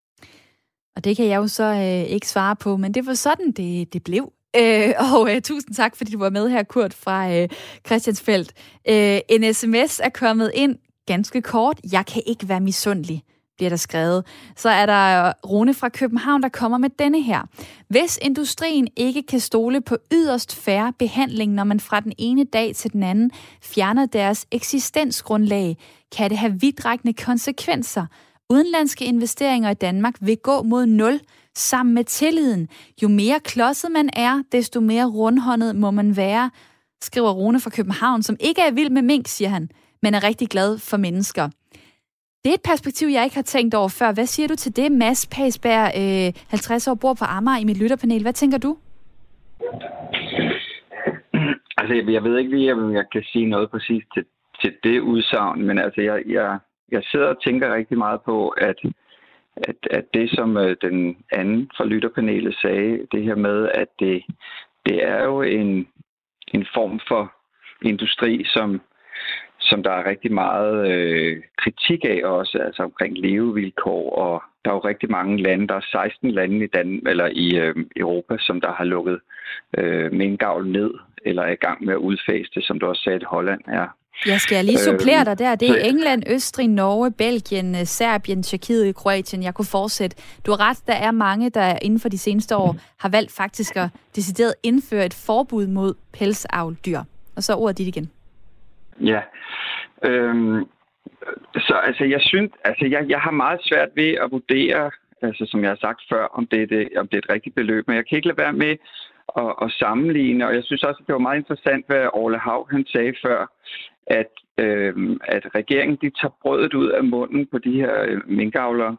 S1: Og det kan jeg jo så ikke svare på, men det var sådan, det blev. Tusind tak, fordi du var med her, Kurt fra Christiansfeld. En sms er kommet ind ganske kort. Jeg kan ikke være misundelig, bliver der skrevet. Så er der Rune fra København, der kommer med denne her. Hvis industrien ikke kan stole på yderst fair behandling, når man fra den ene dag til den anden fjerner deres eksistensgrundlag, kan det have vidtrækkende konsekvenser, Udenlandske investeringer i Danmark vil gå mod 0 sammen med tilliden. Jo mere klodset man er, desto mere rundhåndet må man være, skriver Rune fra København, som ikke er vild med mink, siger han, men er rigtig glad for mennesker. Det er et perspektiv, jeg ikke har tænkt over før. Hvad siger du til det, Mads Pagsberg, 50 år, bor på Amager i mit lytterpanel? Hvad tænker du?
S3: Altså, jeg ved ikke, om jeg kan sige noget præcis til det udsagn, men altså, jeg sidder og tænker rigtig meget på, at det, som den anden fra lytterpanelet sagde, det her med, at det er jo en form for industri, som der er rigtig meget kritik af også, altså omkring levevilkår, og der er jo rigtig mange lande, der er 16 lande i Europa, som der har lukket minkavl ned, eller er i gang med at udfase det, som du også sagde, at Holland er.
S1: Jeg skal lige supplere dig der. Det er England, Østrig, Norge, Belgien, Serbien, Tjekkiet, Kroatien. Jeg kunne fortsætte. Du har ret, der er mange, der inden for de seneste år har valgt faktisk at decideret indføre et forbud mod pelsavldyr. Og så ordet dit igen.
S3: Ja. Så altså, jeg synes, altså, jeg har meget svært ved at vurdere, altså som jeg har sagt før, om det er et rigtigt beløb. Men jeg kan ikke lade være med at sammenligne, og jeg synes også, at det var meget interessant, hvad Orla Hav han sagde før, at regeringen de tager brødet ud af munden på de her minkavlere.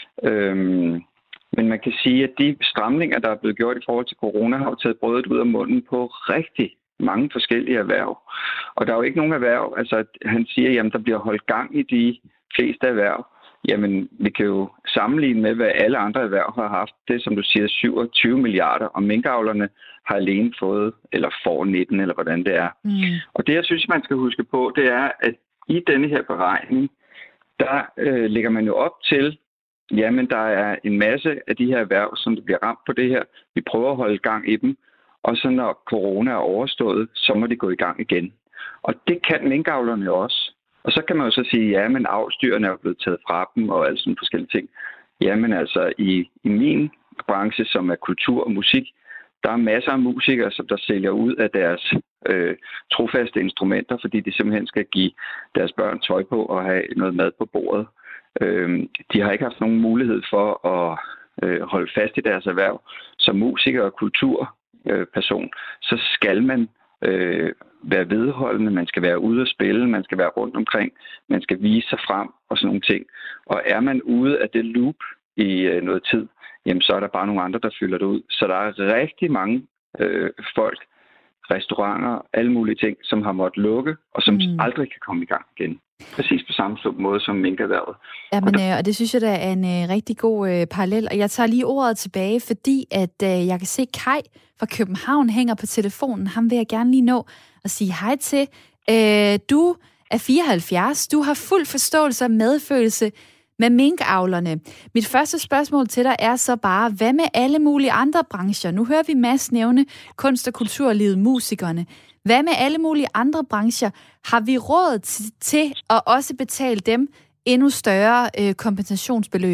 S3: Men man kan sige, at de stramninger, der er blevet gjort i forhold til corona, har jo taget brødet ud af munden på rigtig mange forskellige erhverv. Og der er jo ikke nogen erhverv, altså han siger, at der bliver holdt gang i de fleste erhverv. Jamen, vi kan jo sammenligne med, hvad alle andre erhverv har haft. Det er, som du siger, 27 milliarder, og minkavlerne har alene fået, eller får 19, eller hvordan det er. Og det, jeg synes, man skal huske på, det er, at i denne her beregning, der lægger man jo op til, jamen, der er en masse af de her erhverv, som bliver ramt på det her. Vi prøver at holde gang i dem, og så når corona er overstået, så må de gå i gang igen. Og det kan minkavlerne også. Og så kan man jo så sige, ja, men avlsdyrene er jo blevet taget fra dem og alle sådan forskellige ting. Jamen altså, i min branche, som er kultur og musik, der er masser af musikere, som der sælger ud af deres trofaste instrumenter, fordi de simpelthen skal give deres børn tøj på og have noget mad på bordet. De har ikke haft nogen mulighed for at holde fast i deres erhverv. Som musiker og kulturperson, så skal man være vedholdende, man skal være ude at spille, man skal være rundt omkring, man skal vise sig frem og sådan nogle ting. Og er man ude af det loop i noget tid, jamen så er der bare nogle andre, der fylder det ud. Så der er rigtig mange folk, restauranter, alle mulige ting, som har måttet lukke, og som aldrig kan komme i gang igen. Præcis på samme måde som minkerhvervet.
S1: Jamen, og det synes jeg, der er en rigtig god parallel. Og jeg tager lige ordet tilbage, fordi at jeg kan se Kai fra København hænger på telefonen. Ham vil jeg gerne lige nå at sige hej til. Du er 74. Du har fuld forståelse og medfølelse med minkavlerne. Mit første spørgsmål til dig er så bare, hvad med alle mulige andre brancher? Nu hører vi Mads nævne kunst- og kulturlivet, musikerne. Hvad med alle mulige andre brancher? Har vi råd til at også betale dem endnu større kompensationsbeløb?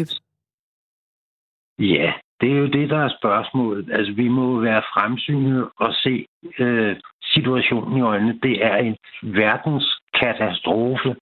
S12: Ja, det er jo det, der er spørgsmålet. Altså, vi må være fremsynede og se situationen i øjnene. Det er en verdenskatastrofe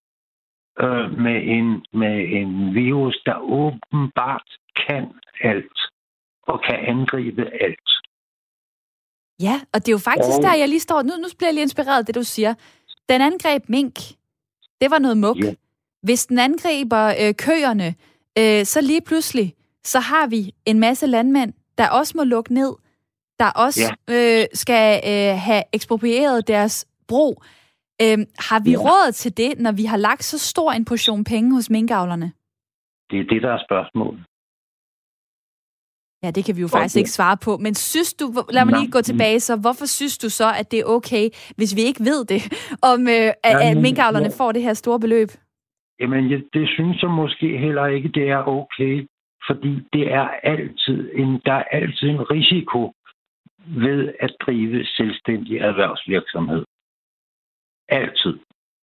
S12: med en virus, der åbenbart kan alt og kan angribe alt.
S1: Ja, og det er jo faktisk der, jeg lige står. Nu bliver jeg lige inspireret af det, du siger. Den angreb mink. Det var noget muk. Yeah. Hvis den angriber køerne, så lige pludselig, så har vi en masse landmænd, der også må lukke ned, der også skal have eksproprieret deres brug. Har vi råd til det, når vi har lagt så stor en portion penge hos minkavlerne?
S12: Det er det, der er spørgsmålet.
S1: Ja, det kan vi jo faktisk ikke svare på. Men synes du, lad mig lige gå tilbage, så hvorfor synes du så, at det er okay, hvis vi ikke ved det, om at minkavlerne får det her store beløb?
S12: Jamen, det synes jeg måske heller ikke, det er okay. Fordi det er der er altid en risiko ved at drive selvstændig erhvervsvirksomhed. Altid.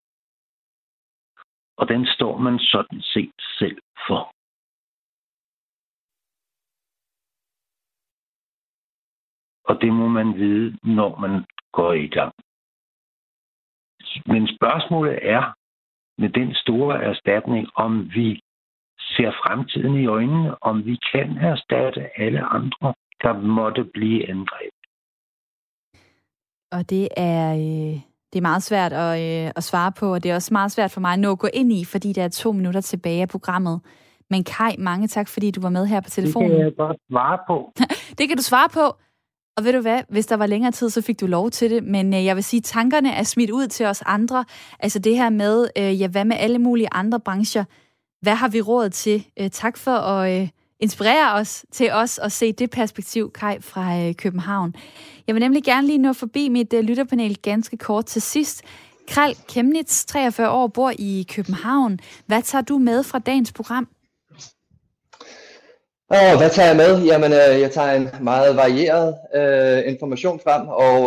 S12: Og den står man sådan set selv for. Og det må man vide, når man går i gang. Men spørgsmålet er, med den store erstatning, om vi ser fremtiden i øjnene, om vi kan erstatte alle andre, der måtte blive angrebet.
S1: Og det er meget svært at svare på, og det er også meget svært for mig at nå at gå ind i, fordi der er 2 minutter tilbage af programmet. Men Kai, mange tak, fordi du var med her på telefonen.
S12: Det kan jeg godt svare på.
S1: Det kan du svare på. Og ved du hvad, hvis der var længere tid, så fik du lov til det. Men jeg vil sige, at tankerne er smidt ud til os andre. Altså det her med, hvad med alle mulige andre brancher? Hvad har vi råd til? Tak for at inspirere os til os at se det perspektiv, Kai fra København. Jeg vil nemlig gerne lige nå forbi mit lytterpanel ganske kort til sidst. Kral Kemnitz, 43 år, bor i København. Hvad tager du med fra dagens program?
S4: Hvad tager jeg med? Jamen, jeg tager en meget varieret information frem, og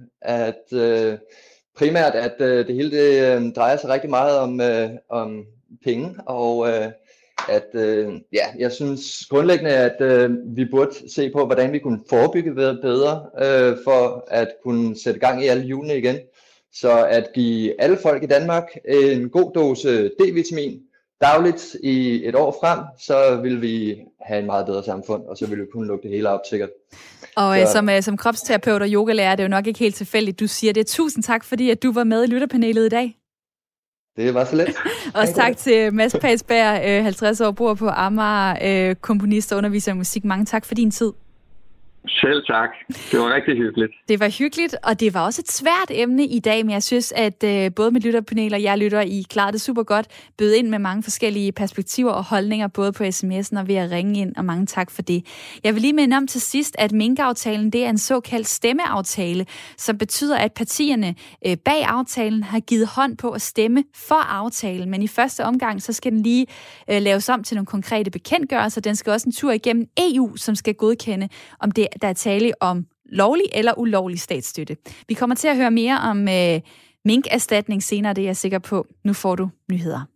S4: primært, at det hele det drejer sig rigtig meget om penge, og jeg synes grundlæggende, at vi burde se på, hvordan vi kunne forebygge bedre, for at kunne sætte gang i alle hjulene igen. Så at give alle folk i Danmark en god dose D-vitamin dagligt i et år frem, så vil vi have en meget bedre samfund, og så vil vi kunne lukke det hele op sikkert.
S1: Og som kropsterapeut og yogalærer, er det jo nok ikke helt tilfældigt, du siger det. Tusind tak, fordi at du var med i lytterpanelet i dag.
S4: Det var så let.
S1: Også tak til Mads Pagsberg, 50 år, bor på Amager, komponist og underviser i musik. Mange tak for din tid.
S3: Selv tak. Det var rigtig hyggeligt.
S1: Det var hyggeligt, og det var også et svært emne i dag, men jeg synes, at både mit lytterpanel og jeg lytter, I klarede det super godt, bød ind med mange forskellige perspektiver og holdninger, både på sms'en og ved at ringe ind, og mange tak for det. Jeg vil lige minde om til sidst, at minkaftalen, det er en såkaldt stemmeaftale, som betyder, at partierne bag aftalen har givet hånd på at stemme for aftalen, men i første omgang, så skal den lige laves om til nogle konkrete bekendtgørelser. Den skal også en tur igennem EU, som skal godkende, om der er tale om lovlig eller ulovlig statsstøtte. Vi kommer til at høre mere om minkerstatning senere, det er jeg sikker på. Nu får du nyheder.